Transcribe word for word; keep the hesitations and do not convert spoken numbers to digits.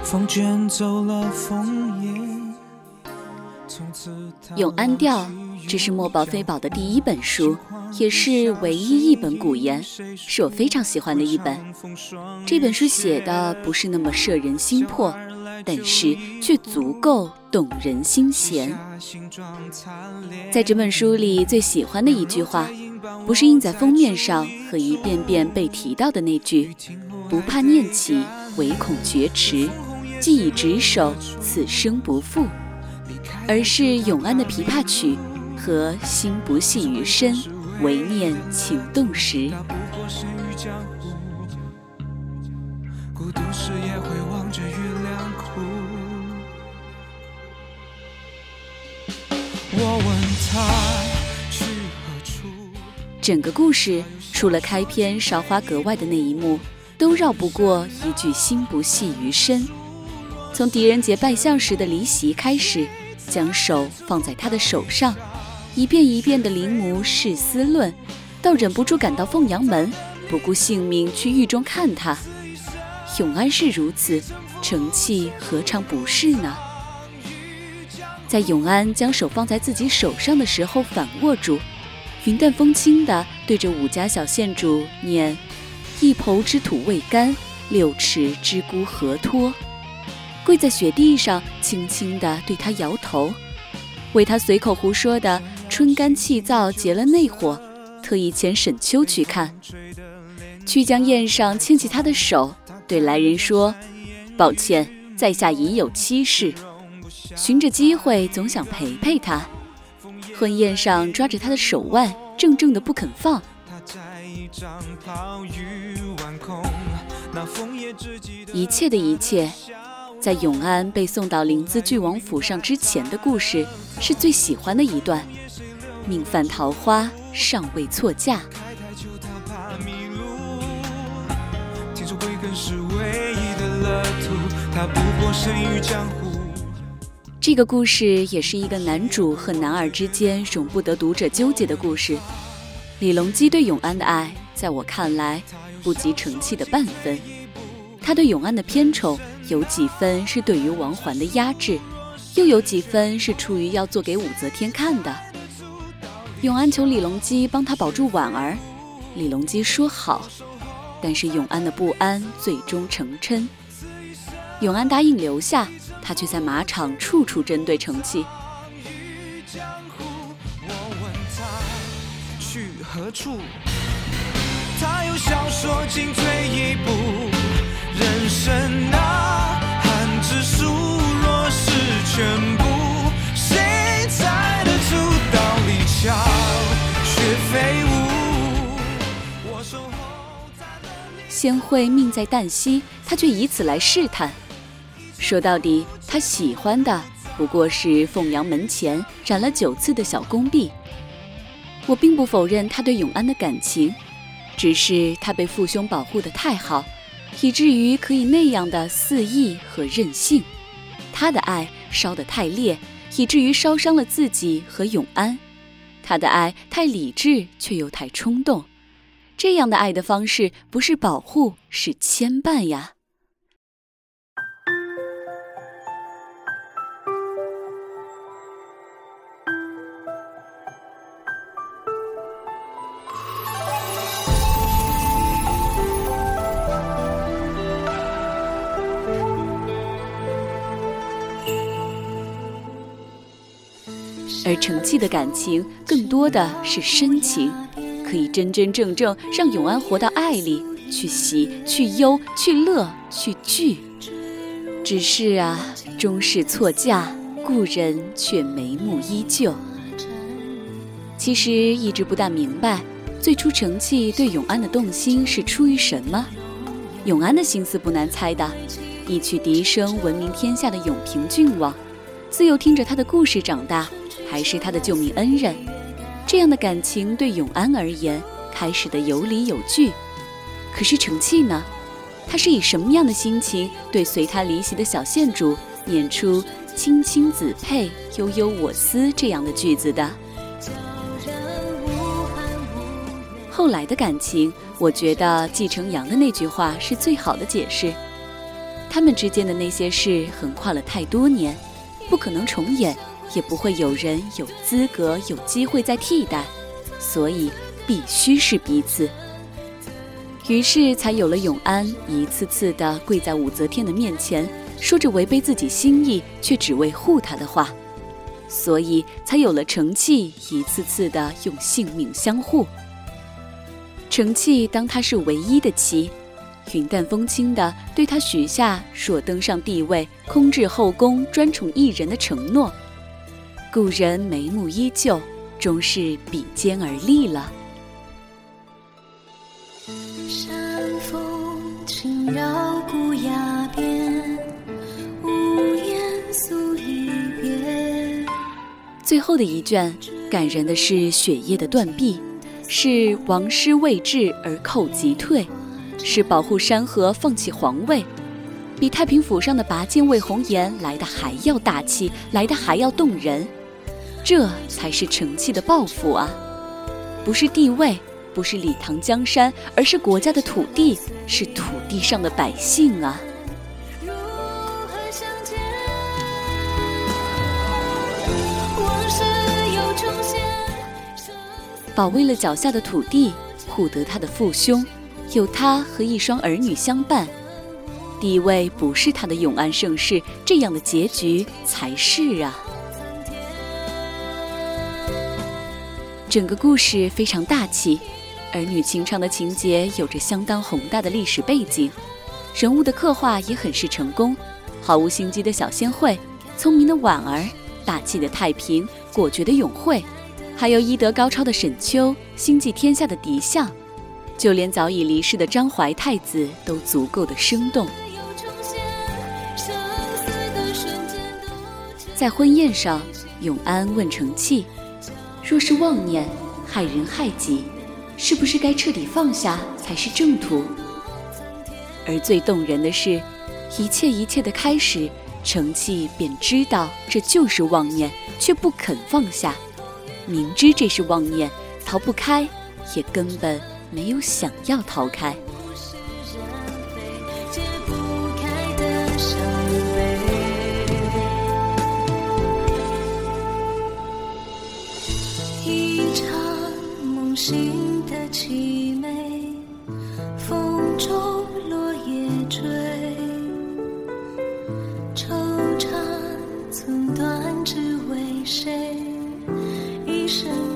风卷走了枫叶。 永安调，这是墨宝非宝的第一本书，也是唯一一本古言，是我非常喜欢的一本。这本书写的不是那么摄人心魄，但是却足够动人心弦。在这本书里最喜欢的一句话，不是印在封面上和一遍遍被提到的那句不怕念起，唯恐觉迟，既已执手，此生不负，而是永安的琵琶曲和心不系于身，唯念情动时。 孤独时也会望着月亮哭。我问他去何处。 整个故事除了开篇韶华格外的那一幕，都绕不过一句心不系于身。从狄仁杰拜相时的离席开始，将手放在他的手上，一遍一遍的临摹誓思论，到忍不住赶到凤阳门，不顾性命去狱中看他。永安是如此，成器何尝不是呢？在永安将手放在自己手上的时候反握住，云淡风轻地对着武家小县主念一抔之土未干，六尺之孤何托，跪在雪地上轻轻地对他摇头，为他随口胡说的春干气燥结了内火，特意遣沈秋去看。曲江宴上牵起他的手，对来人说，抱歉，在下已有妻室，寻着机会总想陪陪他。婚宴上抓着他的手腕，怔怔的不肯放。一切的一切，在永安被送到临淄郡王府上之前的故事，是最喜欢的一段。命犯桃花，尚未错嫁。这个故事也是一个男主和男二之间容不得读者纠结的故事。李隆基对永安的爱，在我看来不及成器的半分。他对永安的偏宠，有几分是对于王环的压制，又有几分是出于要做给武则天看的。永安求李隆基帮他保住婉儿，李隆基说好，但是永安的不安最终成嗔。永安答应留下，他却在马场处处针对成器。 去何处？他又笑说进退一步，人生呐喊之术若是全部，谁猜得出道理巧却非无。我守候在先会命在旦夕，他却以此来试探。说到底，他喜欢的不过是凤阳门前染了九次的小宫壁。我并不否认他对永安的感情，只是他被父兄保护得太好，以至于可以那样的肆意和任性。他的爱烧得太烈，以至于烧伤了自己和永安。他的爱太理智，却又太冲动。这样的爱的方式，不是保护，是牵绊呀。而成器的感情更多的是深情，可以真真正正让永安活到爱里，去喜，去忧，去乐，去惧。只是啊，终是错嫁，故人却眉目依旧。其实一直不大明白，最初成器对永安的动心是出于什么。永安的心思不难猜的，一曲笛声闻名天下的永平郡王，自幼听着他的故事长大，还是他的救命恩人。这样的感情对永安而言，开始的有理有据。可是成器呢？他是以什么样的心情对随他离席的小县主念出青青子佩，悠悠我思这样的句子的？后来的感情，我觉得季承阳的那句话是最好的解释。 他们之间的那些事横跨了太多年，不可能重演，也不会有人有资格有机会再替代，所以必须是彼此。于是才有了永安一次次地跪在武则天的面前，说着违背自己心意却只为护她的话，所以才有了成器一次次地用性命相护。成器当他是唯一的妻，云淡风轻地对他许下若登上帝位，空置后宫，专宠一人的承诺。故人眉目依旧，终是比肩而立了。 山风轻绕古崖边，屋檐诉离别。 最后的一卷感人的是雪夜的断臂，是王师未至而寇即退，是保护山河放弃皇位，比太平府上的拔剑魏红颜来的还要大气，来的还要动人。这才是成器的抱负啊！不是地位，不是礼堂江山，而是国家的土地，是土地上的百姓啊！ 如何相见？往事又重现。 保卫了脚下的土地，护得他的父兄，有他和一双儿女相伴。地位不是他的永安盛世，这样的结局才是啊！整个故事非常大气，儿女情长的情节有着相当宏大的历史背景，人物的刻画也很是成功，毫无心机的小仙惠，聪明的婉儿，大气的太平，果决的永惠，还有医德高超的沈秋，心系天下的狄相，就连早已离世的张怀太子都足够的生动。在婚宴上，永安问成器，若是妄念害人害己，是不是该彻底放下才是正途？而最动人的是，一切一切的开始，成器便知道这就是妄念，却不肯放下，明知这是妄念，逃不开，也根本没有想要逃开。 心的凄美，风中落叶坠，惆怅寸断只为谁，一生